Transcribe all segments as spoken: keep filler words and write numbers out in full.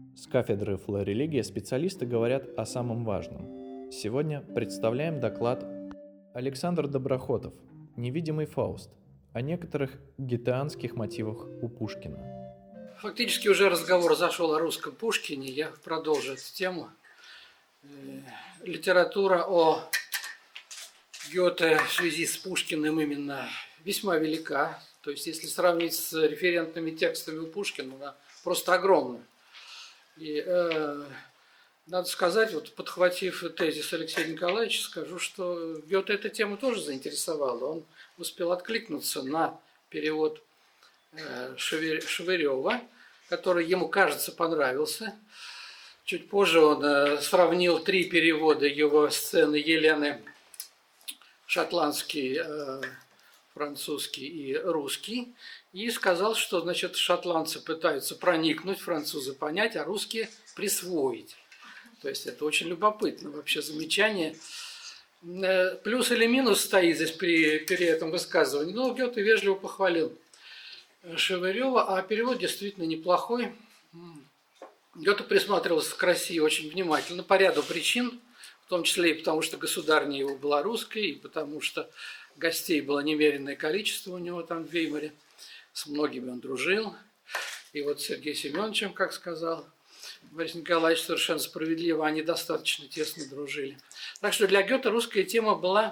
С кафедры филорелигия специалисты говорят о самом важном. Сегодня представляем доклад Александр Доброхотов «Невидимый Фауст» о некоторых гетеанских мотивах у Пушкина. Фактически уже разговор зашел о русском Пушкине, я продолжу эту тему. Литература о Гёте в связи с Пушкиным именно весьма велика. То есть, если сравнить с референтными текстами у Пушкина, она просто огромная. И э, надо сказать, вот подхватив тезис Алексея Николаевича, скажу, что Гёте эта тема тоже заинтересовала. Он успел откликнуться на перевод э, Шевырева, который ему, кажется, понравился. Чуть позже он э, сравнил три перевода его сцены Елены: шотландский, э, французский и русский, и сказал, что, значит, шотландцы пытаются проникнуть, французы понять, а русские присвоить. То есть это очень любопытно вообще замечание. Плюс или минус стоит здесь при, при этом высказывании. Но Гёте вежливо похвалил Шевырева, а перевод действительно неплохой. Гёте присматривался к России очень внимательно по ряду причин, в том числе и потому, что государня его была русской, и потому что гостей было немеренное количество у него там в Веймаре. С многими он дружил. И вот с Сергеем Семеновичем, как сказал Борис Николаевич совершенно справедливо, они достаточно тесно дружили. Так что для Гёте русская тема была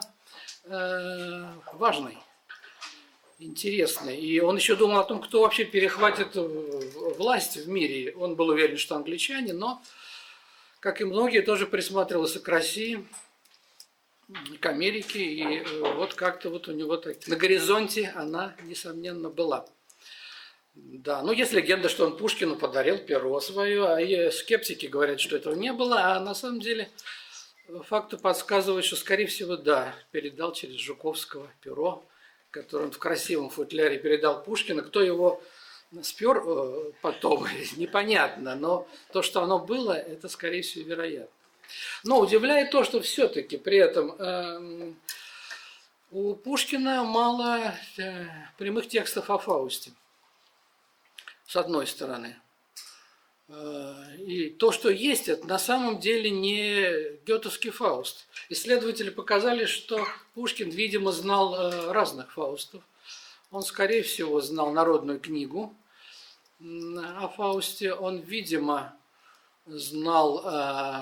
э, важной, интересной. И он еще думал о том, кто вообще перехватит власть в мире. Он был уверен, что англичане, но, как и многие, тоже присматривался к России, к Америке. И вот как-то вот у него так, на горизонте она, несомненно, была. Да, ну есть легенда, что он Пушкину подарил перо свое, а скептики говорят, что этого не было, а на самом деле факты подсказывают, что, скорее всего, да, передал через Жуковского перо, которое он в красивом футляре передал Пушкину. Кто его спер потом, непонятно, но то, что оно было, это, скорее всего, вероятно. Но удивляет то, что все-таки при этом э, у Пушкина мало э, прямых текстов о Фаусте. С одной стороны. И то, что есть, это на самом деле не гётовский Фауст. Исследователи показали, что Пушкин, видимо, знал разных Фаустов. Он, скорее всего, знал народную книгу о Фаусте. Он, видимо, знал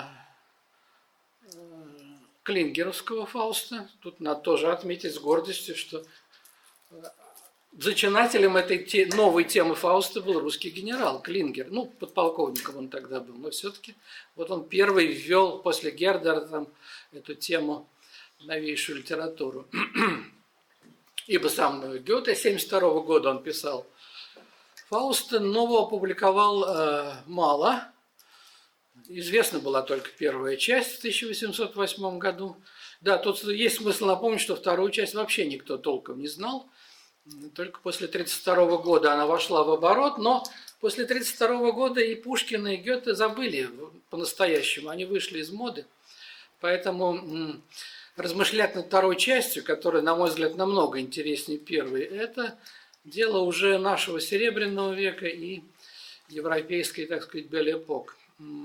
клингеровского Фауста. Тут надо тоже отметить с гордостью, что зачинателем этой те, новой темы Фауста был русский генерал Клингер. Ну, подполковником он тогда был, но все-таки вот он первый ввел после Гердера там, эту тему в новейшую литературу. Ибо сам Гёте семьдесят второго года он писал Фауста, но опубликовал э, мало. Известна была только первая часть в тысяча восемьсот восьмом году. Да, тут есть смысл напомнить, что вторую часть вообще никто толком не знал. Только после тридцать второго года она вошла в оборот, но после тридцать второго года и Пушкин, и Гёте забыли по-настоящему, они вышли из моды. Поэтому размышлять над второй частью, которая, на мой взгляд, намного интереснее первой, это дело уже нашего Серебряного века и европейской, так сказать, бель-эпок.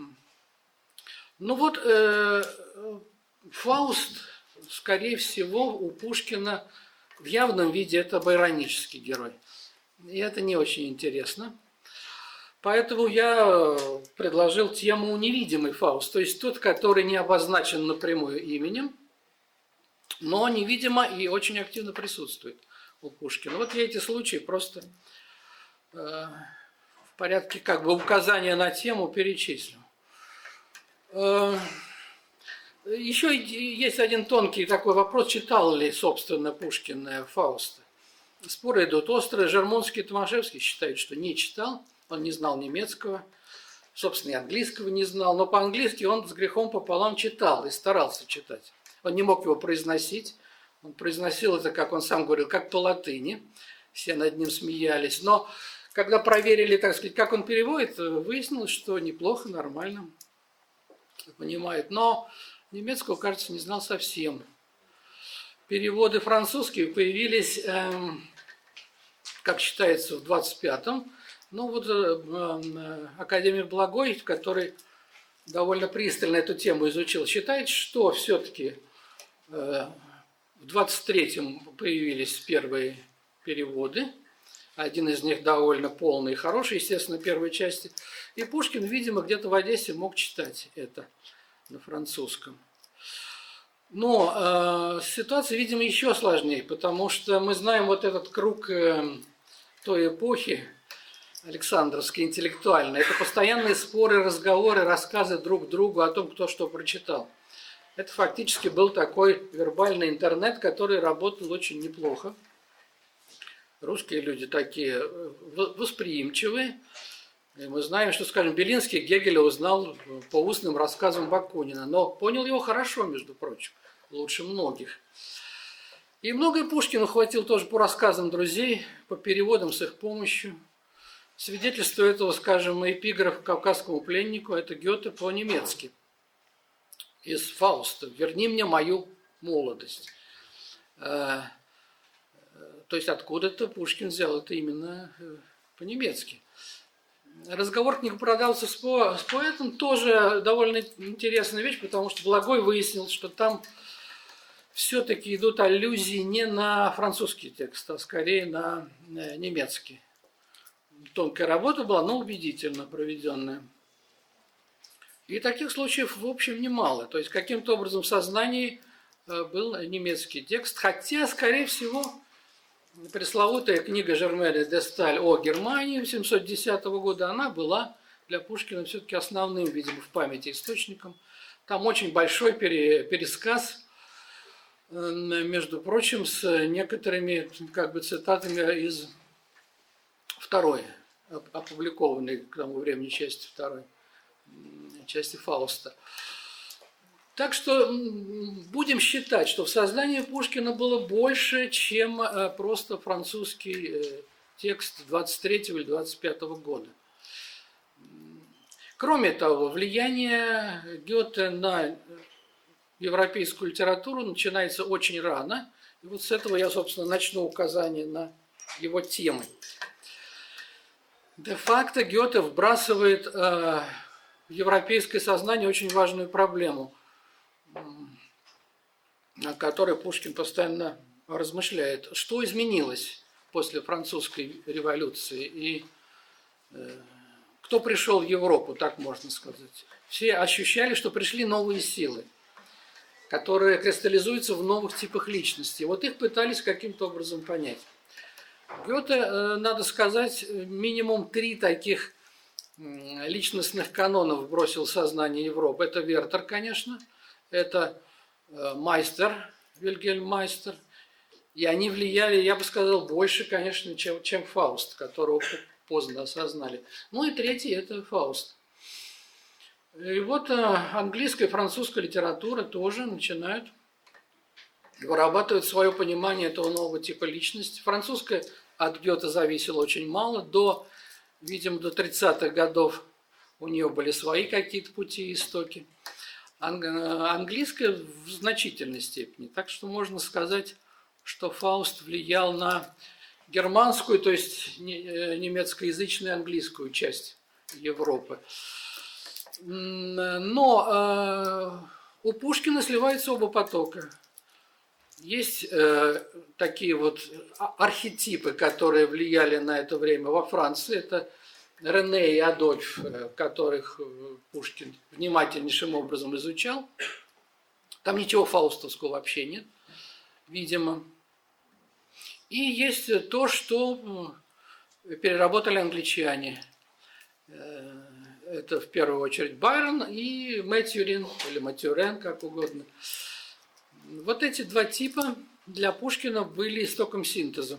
Ну вот, э, Фауст, скорее всего, у Пушкина в явном виде это байронический герой. И это не очень интересно. Поэтому я предложил тему «Невидимый Фауст», то есть тот, который не обозначен напрямую именем, но невидимо и очень активно присутствует у Пушкина. Вот я эти случаи просто э, в порядке как бы указания на тему перечислю. Э, Еще есть один тонкий такой вопрос, читал ли, собственно, Пушкин Фауста. Споры идут острые. Жермунский и Томашевский считают, что не читал, он не знал немецкого, собственно, и английского не знал, но по-английски он с грехом пополам читал и старался читать. Он не мог его произносить, он произносил это, как он сам говорил, как по латыни, все над ним смеялись. Но когда проверили, так сказать, как он переводит, выяснилось, что неплохо, нормально понимает. Но немецкого, кажется, не знал совсем. Переводы французские появились, эм, как считается, в двадцать пятом Ну вот э, академик Благой, который довольно пристально эту тему изучил, считает, что все-таки э, в двадцать третьем появились первые переводы. Один из них довольно полный и хороший, естественно, первой части. И Пушкин, видимо, где-то в Одессе мог читать это на французском. Но э, ситуация, видимо, еще сложнее, потому что мы знаем вот этот круг э, той эпохи, Александровский, интеллектуальный. Это постоянные споры, разговоры, рассказы друг другу о том, кто что прочитал. Это фактически был такой вербальный интернет, который работал очень неплохо. Русские люди такие восприимчивые. И мы знаем, что, скажем, Белинский Гегеля узнал по устным рассказам Бакунина, но понял его хорошо, между прочим, лучше многих. И многое Пушкин ухватил тоже по рассказам друзей, по переводам с их помощью. Свидетельство этого, скажем, эпиграф «Кавказскому пленнику» – это Гёте по-немецки из Фауста «Верни мне мою молодость». То есть откуда-то Пушкин взял это именно по-немецки. Разговор книги продался с, по, с поэтом, тоже довольно интересная вещь, потому что Благой выяснил, что там все-таки идут аллюзии не на французский текст, а скорее на немецкий. Тонкая работа была, но убедительно проведенная. И таких случаев, в общем, немало. То есть, каким-то образом в сознании был немецкий текст, хотя, скорее всего, пресловутая книга Жермена де Сталь о Германии семьсот десятого года, она была для Пушкина все-таки основным, видимо, в памяти источником. Там очень большой пересказ, между прочим, с некоторыми как бы цитатами из второй, опубликованной к тому времени части второй, части Фауста. Так что будем считать, что в сознании Пушкина было больше, чем просто французский текст двадцать третьего или двадцать пятого года. Кроме того, влияние Гёте на европейскую литературу начинается очень рано. И вот с этого я, собственно, начну указание на его темы. Де-факто Гёте вбрасывает э, в европейское сознание очень важную проблему, о которой Пушкин постоянно размышляет. Что изменилось после французской революции и э, кто пришел в Европу, так можно сказать. Все ощущали, что пришли новые силы, которые кристаллизуются в новых типах личности. Вот их пытались каким-то образом понять. Гёте, надо сказать, минимум три таких личностных канонов бросил в сознание Европы. Это Вертер, конечно, это Майстер, Вильгельм Майстер. И они влияли, я бы сказал, больше, конечно, чем, чем Фауст, которого поздно осознали. Ну и третий – это Фауст. И вот английская и французская литература тоже начинают вырабатывать свое понимание этого нового типа личности. Французская от Гёте зависела очень мало. До, видимо, до тридцатых годов у нее были свои какие-то пути и истоки. Английская в значительной степени. Так что можно сказать, что Фауст влиял на германскую, то есть немецкоязычную английскую часть Европы. Но э, у Пушкина сливаются оба потока. Есть э, такие вот архетипы, которые влияли на это время во Франции. Это Рене и Адольф, которых Пушкин внимательнейшим образом изучал. Там ничего фаустовского вообще нет, видимо. И есть то, что переработали англичане. Это в первую очередь Байрон и Мэтьюрин, или Матюрен, как угодно. Вот эти два типа для Пушкина были истоком синтеза.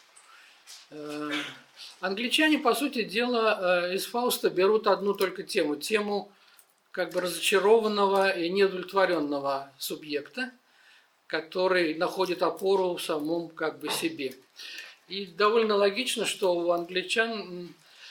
Англичане, по сути дела, из Фауста берут одну только тему. Тему как бы разочарованного и неудовлетворенного субъекта, который находит опору в самом как бы себе. И довольно логично, что у англичан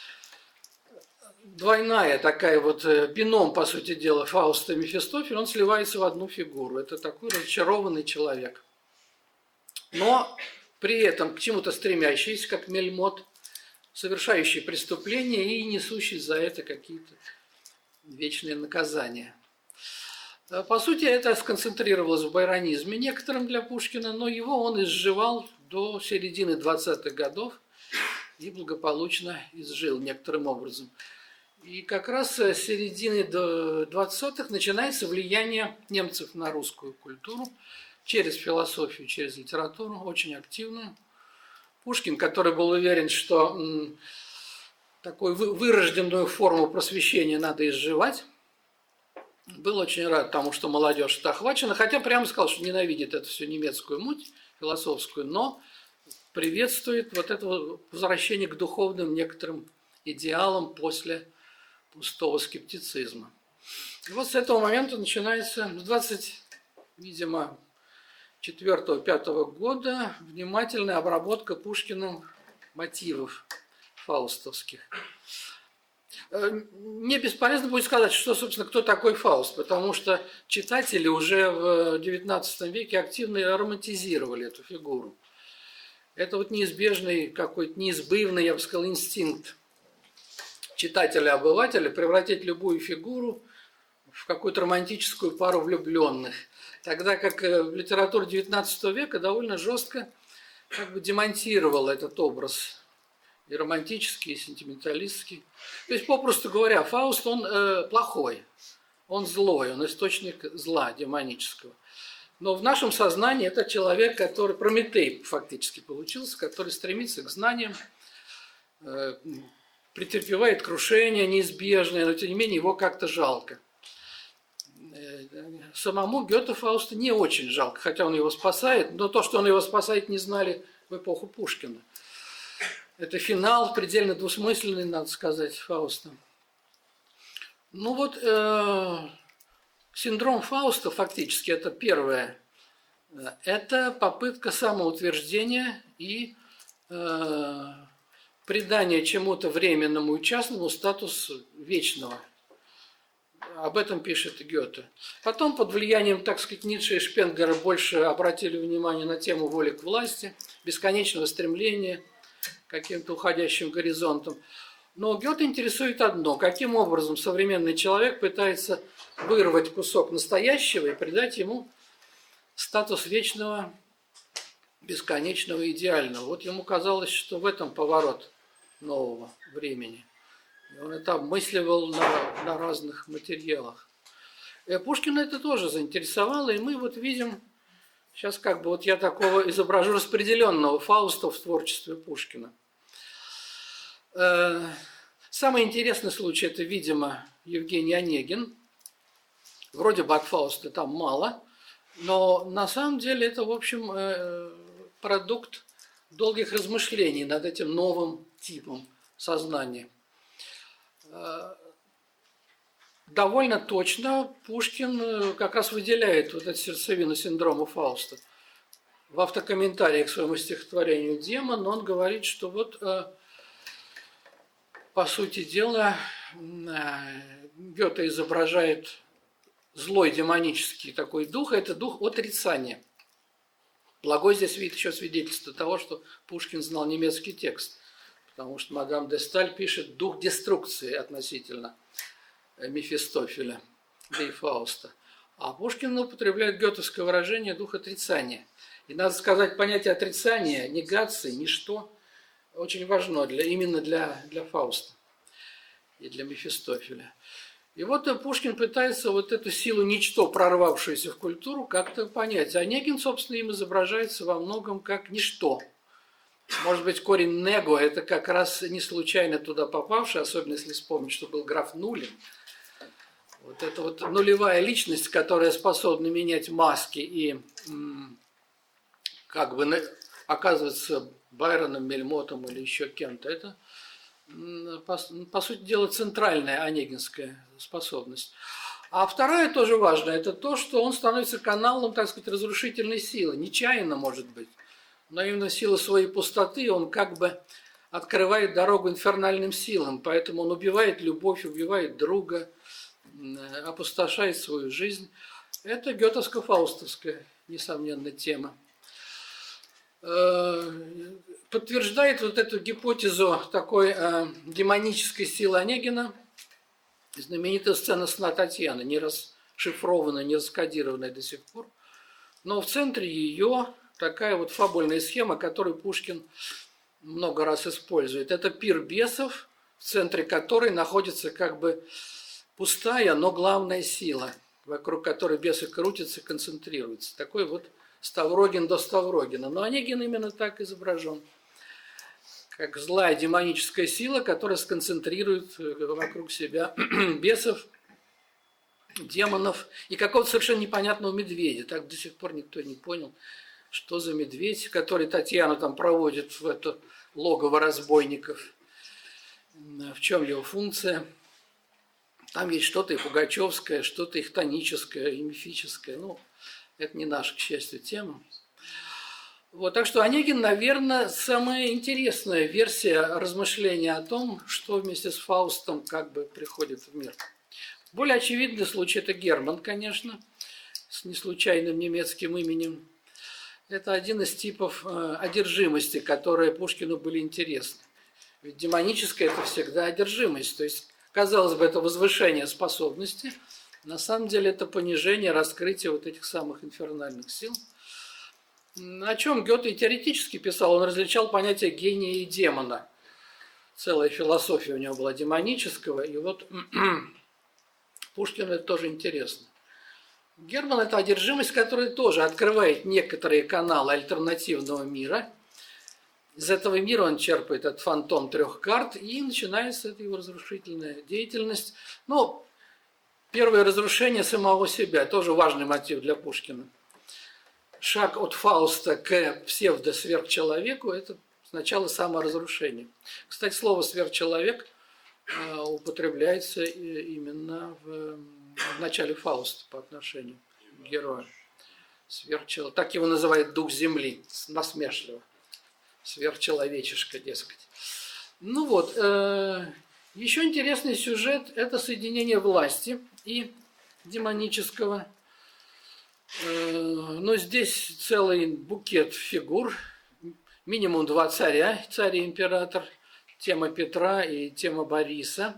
двойная такая вот бином, по сути дела, Фауст и Мефистофель, он сливается в одну фигуру. Это такой разочарованный человек. Но при этом к чему-то стремящийся, как Мельмот, совершающий преступления и несущий за это какие-то вечные наказания. По сути, это сконцентрировалось в байронизме некоторым для Пушкина, но его он изживал до середины двадцатых годов и благополучно изжил некоторым образом. И как раз с середины двадцатых начинается влияние немцев на русскую культуру через философию, через литературу, очень активную. Пушкин, который был уверен, что м, такую вырожденную форму просвещения надо изживать, был очень рад тому, что молодежь это охвачена, хотя прямо сказал, что ненавидит эту всю немецкую муть философскую, но приветствует вот это возвращение к духовным некоторым идеалам после пустого скептицизма. И вот с этого момента начинается с двадцать, видимо, четвёртого-пятого года внимательная обработка Пушкиным мотивов фаустовских. Не бесполезно будет сказать, что, собственно, кто такой Фауст, потому что читатели уже в девятнадцатом веке активно романтизировали эту фигуру. Это вот неизбежный, какой-то неизбывный, я бы сказал, инстинкт читателя-обывателя превратить любую фигуру в какую-то романтическую пару влюбленных. Тогда как в литературе девятнадцатого века довольно жестко как бы демонтировал этот образ и романтический, и сентименталистский. То есть, попросту говоря, Фауст, он э, плохой, он злой, он источник зла демонического. Но в нашем сознании это человек, который, Прометей фактически получился, который стремится к знаниям, э, претерпевает крушение неизбежное, но тем не менее его как-то жалко. Самому Гёте Фауста не очень жалко, хотя он его спасает, но то, что он его спасает, не знали в эпоху Пушкина. Это финал, предельно двусмысленный, надо сказать, Фауста. Ну вот, э, синдром Фауста фактически это первое. Это попытка самоутверждения и э, придания чему-то временному и частному статус вечного. Об этом пишет Гёте. Потом под влиянием, так сказать, Ницше и Шпенгера больше обратили внимание на тему воли к власти, бесконечного стремления к каким-то уходящим горизонтам. Но Гёте интересует одно: каким образом современный человек пытается вырвать кусок настоящего и придать ему статус вечного, бесконечного, идеального. Вот ему казалось, что в этом поворот нового времени. И он это обмысливал на, на разных материалах. И Пушкина это тоже заинтересовало, и мы вот видим, сейчас как бы вот я такого изображу распределенного Фауста в творчестве Пушкина. Самый интересный случай – это, видимо, Евгений Онегин. Вроде бы от Фауста там мало, но на самом деле это, в общем, продукт долгих размышлений над этим новым типом сознания. Довольно точно Пушкин как раз выделяет вот эту сердцевину синдрома Фауста. В автокомментарии к своему стихотворению «Демон» он говорит, что вот, по сути дела, Гёте изображает злой демонический такой дух, это дух отрицания. Благой здесь видит еще свидетельство того, что Пушкин знал немецкий текст, потому что мадам де Сталь пишет дух деструкции относительно Мефистофеля, да и Фауста. А Пушкин употребляет гётовское выражение дух отрицания. И надо сказать, понятие отрицания, негации, ничто очень важно для, именно для, для Фауста и для Мефистофеля. И вот Пушкин пытается вот эту силу ничто, прорвавшуюся в культуру, как-то понять. А Онегин, собственно, им изображается во многом как ничто. Может быть, корень «него» – это как раз не случайно туда попавший, особенно если вспомнить, что был граф Нулин. Вот эта вот нулевая личность, которая способна менять маски и как бы оказываться Байроном, Мельмотом или еще кем-то, это, по, по сути дела, центральная онегинская способность. А вторая тоже важная – это то, что он становится каналом, так сказать, разрушительной силы, нечаянно, может быть. Но именно в силу своей пустоты он как бы открывает дорогу инфернальным силам, поэтому он убивает любовь, убивает друга, опустошает свою жизнь. Это гётовско-фаустовская, несомненно, тема. При подтверждает вот эту гипотезу такой э, демонической силы Онегина знаменитая сцена сна Татьяны, не расшифрованная, не раскодированная до сих пор. Но в центре ее такая вот фабульная схема, которую Пушкин много раз использует. Это пир бесов, в центре которой находится как бы пустая, но главная сила, вокруг которой бесы крутятся, концентрируются. Такой вот Ставрогин до Ставрогина. Но Онегин именно так изображен. Как злая демоническая сила, которая сконцентрирует вокруг себя бесов, демонов и какого-то совершенно непонятного медведя. Так до сих пор никто не понял, что за медведь, который Татьяна там проводит в это логово разбойников, в чем его функция. Там есть что-то и пугачевское, что-то и хтоническое, и мифическое. Ну, это не наша, к счастью, тема. Вот, так что Онегин, наверное, самая интересная версия размышления о том, что вместе с Фаустом как бы приходит в мир. Более очевидный случай – это Герман, конечно, с неслучайным немецким именем. Это один из типов одержимости, которые Пушкину были интересны. Ведь демоническая – это всегда одержимость. То есть, казалось бы, это возвышение способности. На самом деле, это понижение, раскрытие вот этих самых инфернальных сил. О чем Гёте и теоретически писал, он различал понятия гения и демона. Целая философия у него была демонического, и вот Пушкину это тоже интересно. Герман – это одержимость, которая тоже открывает некоторые каналы альтернативного мира. Из этого мира он черпает этот фантом трех карт, и начинается эта его разрушительная деятельность. Но первое разрушение самого себя – тоже важный мотив для Пушкина. Шаг от Фауста к псевдосверхчеловеку – это сначала саморазрушение. Кстати, слово «сверхчеловек» употребляется именно в, в начале Фауста по отношению к герою. Сверхчеловек. Так его называет дух земли, насмешливо. Сверхчеловечишка, дескать. Ну вот, э, еще интересный сюжет – это соединение власти и демонического. Но здесь целый букет фигур, минимум два царя, царь и император, тема Петра и тема Бориса.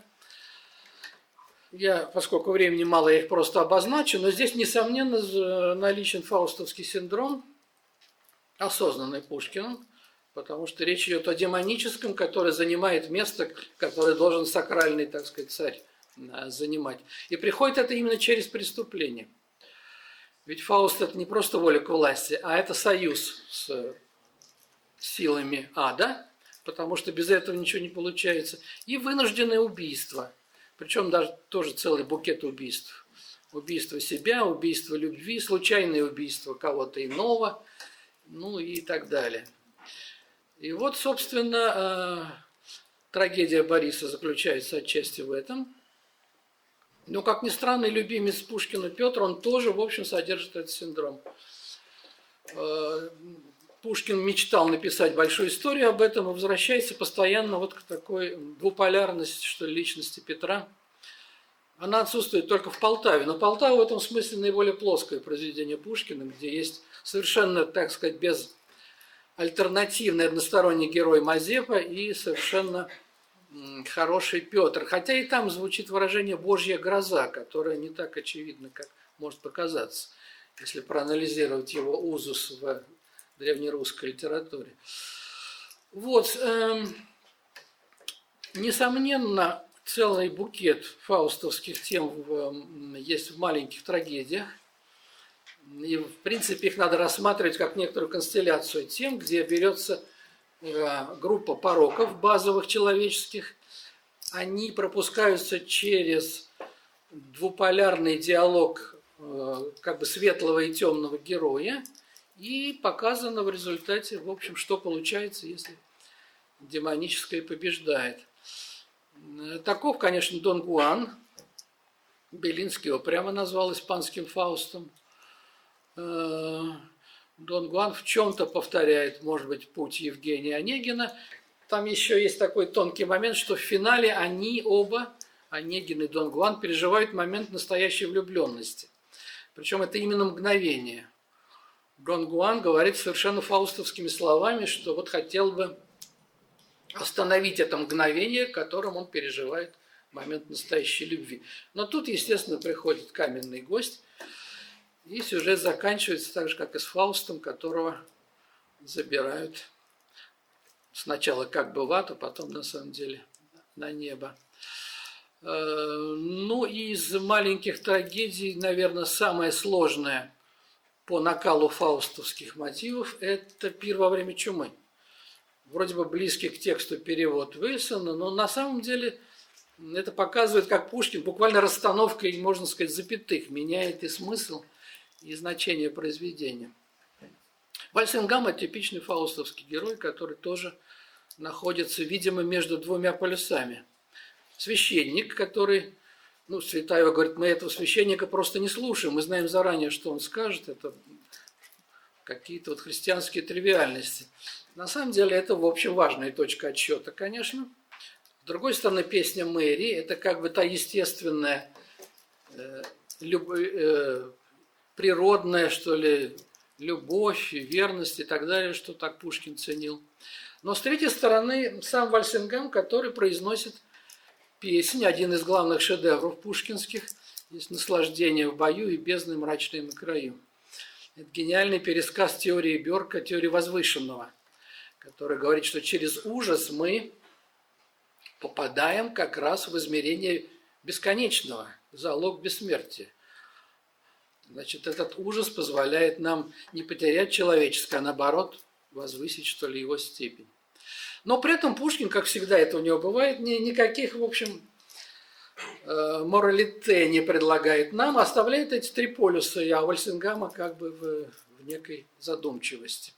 Я, поскольку времени мало, я их просто обозначу, но здесь, несомненно, наличен фаустовский синдром, осознанный Пушкиным, потому что речь идет о демоническом, который занимает место, которое должен сакральный, так сказать, царь занимать. И приходит это именно через преступление. Ведь Фауст – это не просто воля к власти, а это союз с силами ада, потому что без этого ничего не получается. И вынужденное убийство. Причем даже тоже целый букет убийств. Убийство себя, убийство любви, случайное убийство кого-то иного, ну и так далее. И вот, собственно, трагедия Бориса заключается отчасти в этом. Но, как ни странно, любимец Пушкина Петр, он тоже, в общем, содержит этот синдром. Пушкин мечтал написать большую историю об этом и возвращается постоянно вот к такой двуполярности, что ли, личности Петра. Она отсутствует только в Полтаве. Но Полтава в этом смысле наиболее плоское произведение Пушкина, где есть совершенно, так сказать, безальтернативный односторонний герой Мазепа и совершенно хороший Петр. Хотя и там звучит выражение «божья гроза», которое не так очевидно, как может показаться, если проанализировать его узус в древнерусской литературе. Вот. Э, несомненно, целый букет фаустовских тем в, есть в маленьких трагедиях. И, в принципе, их надо рассматривать как некоторую констелляцию тем, где берется группа пороков базовых человеческих, они пропускаются через двуполярный диалог как бы светлого и темного героя, и показано в результате, в общем, что получается, если демоническое побеждает. Таков, конечно, Дон Гуан. Белинский его прямо назвал испанским Фаустом. Дон Гуан в чем-то повторяет, может быть, путь Евгения Онегина. Там еще есть такой тонкий момент, что в финале они оба, Онегин и Дон Гуан, переживают момент настоящей влюбленности. Причем это именно мгновение. Дон Гуан говорит совершенно фаустовскими словами, что вот хотел бы остановить это мгновение, которым он переживает момент настоящей любви. Но тут, естественно, приходит каменный гость, и сюжет заканчивается так же, как и с Фаустом, которого забирают сначала как бы в ад, а потом, на самом деле, на небо. Ну, и из маленьких трагедий, наверное, самое сложное по накалу фаустовских мотивов – это «Пир во время чумы». Вроде бы близкий к тексту перевод Уильсона, но на самом деле это показывает, как Пушкин буквально расстановкой, можно сказать, запятых меняет и смысл, и значение произведения. Вальсингам – это типичный фаустовский герой, который тоже находится, видимо, между двумя полюсами. Священник, который, ну, Цветаева говорит, мы этого священника просто не слушаем, мы знаем заранее, что он скажет, это какие-то вот христианские тривиальности. На самом деле это, в общем, важная точка отсчета, конечно. С другой стороны, песня Мэри – это как бы та естественная, э, люб, э, природная, что ли, любовь, верность и так далее, что так Пушкин ценил. Но с третьей стороны, сам Вальсингам, который произносит песнь, один из главных шедевров пушкинских, есть «Наслаждение в бою» и «Бездны мрачные на краю». Это гениальный пересказ теории Бёрка, теории возвышенного, который говорит, что через ужас мы попадаем как раз в измерение бесконечного, залог бессмертия. Значит, этот ужас позволяет нам не потерять человеческое, а наоборот, возвысить, что ли, его степень. Но при этом Пушкин, как всегда это у него бывает, ни, никаких, в общем, э, моралите не предлагает нам, оставляет эти три полюса, а Вальсингама как бы в, в некой задумчивости.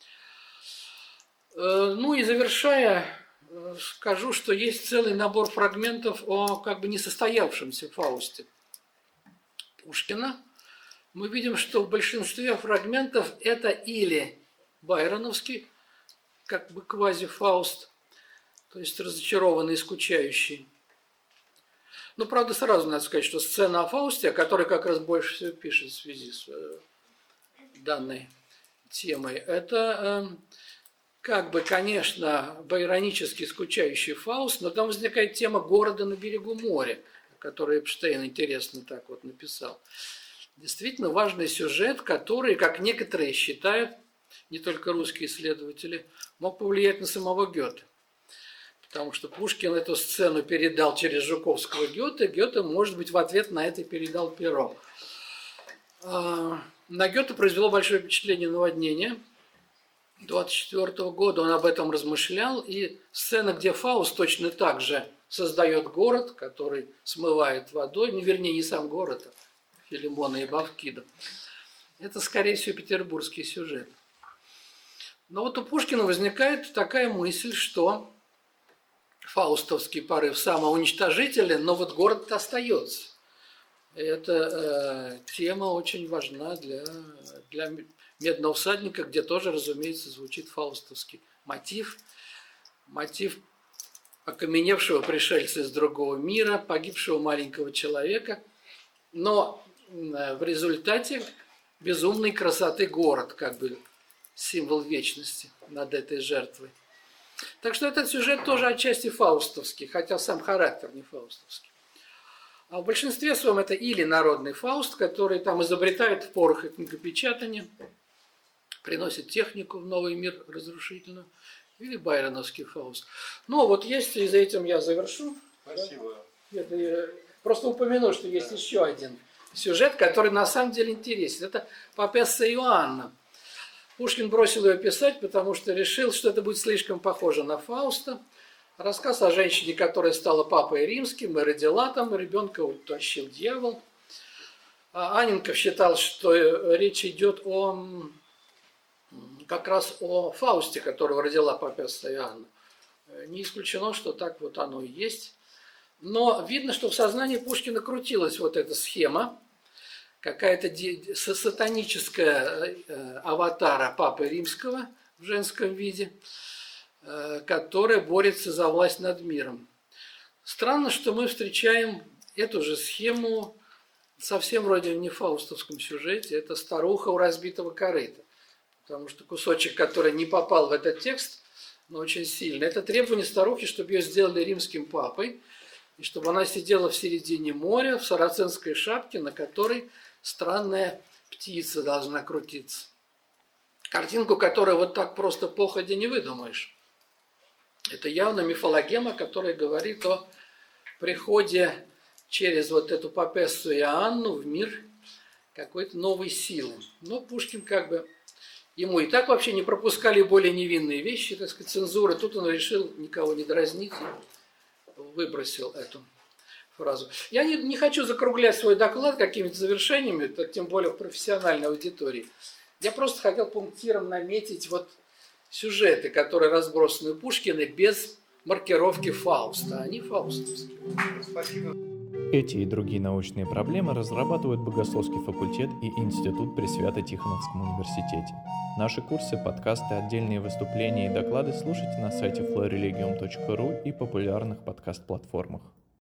Э, ну и завершая, э, скажу, что есть целый набор фрагментов о как бы несостоявшемся Фаусте Пушкина. Мы видим, что в большинстве фрагментов это или байроновский, как бы квази-Фауст, то есть разочарованный и скучающий. Но, правда, сразу надо сказать, что сцена о Фаусте, о которой как раз больше всего пишет в связи с данной темой, это как бы, конечно, байронически скучающий Фауст, но там возникает тема города на берегу моря, которую Эпштейн интересно так вот написал. Действительно важный сюжет, который, как некоторые считают, не только русские исследователи, мог повлиять на самого Гёте. Потому что Пушкин эту сцену передал через Жуковского Гёте, Гёте, может быть, в ответ на это передал перо. На Гёте произвело большое впечатление «Наводнение». двадцать четвёртого года он об этом размышлял, и сцена, где Фауст точно так же создает город, который смывает водой, ну, вернее, не сам город, а Филимона и Бавкида. Это, скорее всего, петербургский сюжет. Но вот у Пушкина возникает такая мысль, что фаустовский порыв самоуничтожителен, но вот город-то остается. Эта э, тема очень важна для, для «Медного всадника», где тоже, разумеется, звучит фаустовский мотив. Мотив окаменевшего пришельца из другого мира, погибшего маленького человека, но э, в результате безумной красоты город, как бы символ вечности над этой жертвой. Так что этот сюжет тоже отчасти фаустовский, хотя сам характер не фаустовский. А в большинстве своем это или народный Фауст, который там изобретает в порох и книгопечатание, приносит технику в новый мир разрушительную, или байроновский Фауст. Ну, вот есть, и за этим я завершу. Спасибо. Это я просто упомяну, что есть да. еще один сюжет, который на самом деле интересен. Это Папесса Иоанна. Пушкин бросил ее писать, потому что решил, что это будет слишком похоже на Фауста. Рассказ о женщине, которая стала папой римским и родила там, и ребенка утащил дьявол. А Анненков считал, что речь идет о, как раз о Фаусте, которого родила Папесса Иоанна. Не исключено, что так вот оно и есть. Но видно, что в сознании Пушкина крутилась вот эта схема, какая-то сатаническая аватара Папы Римского в женском виде, которая борется за власть над миром. Странно, что мы встречаем эту же схему совсем вроде не в фаустовском сюжете. Это старуха у разбитого корыта. Потому что кусочек, который не попал в этот текст, но очень сильно. Это требование старухи, чтобы ее сделали римским папой, и чтобы она сидела в середине моря в сарацинской шапке, на которой странная птица должна крутиться. Картинку, которую вот так просто походя не выдумаешь. Это явно мифологема, которая говорит о приходе через вот эту папессу Иоанну в мир какой-то новой силы. Но Пушкин как бы... Ему и так вообще не пропускали более невинные вещи, так сказать, цензуры. Тут он решил никого не дразнить и выбросил эту фразу. Я не, не хочу закруглять свой доклад какими-то завершениями, тем более в профессиональной аудитории. Я просто хотел пунктиром наметить вот сюжеты, которые разбросаны у Пушкина без маркировки Фауста. Они фаустовские. Спасибо. Эти и другие научные проблемы разрабатывают Богословский факультет и Институт при Свято-Тихоновском университете. Наши курсы, подкасты, отдельные выступления и доклады слушайте на сайте флорелигиум точка ру и популярных подкаст-платформах.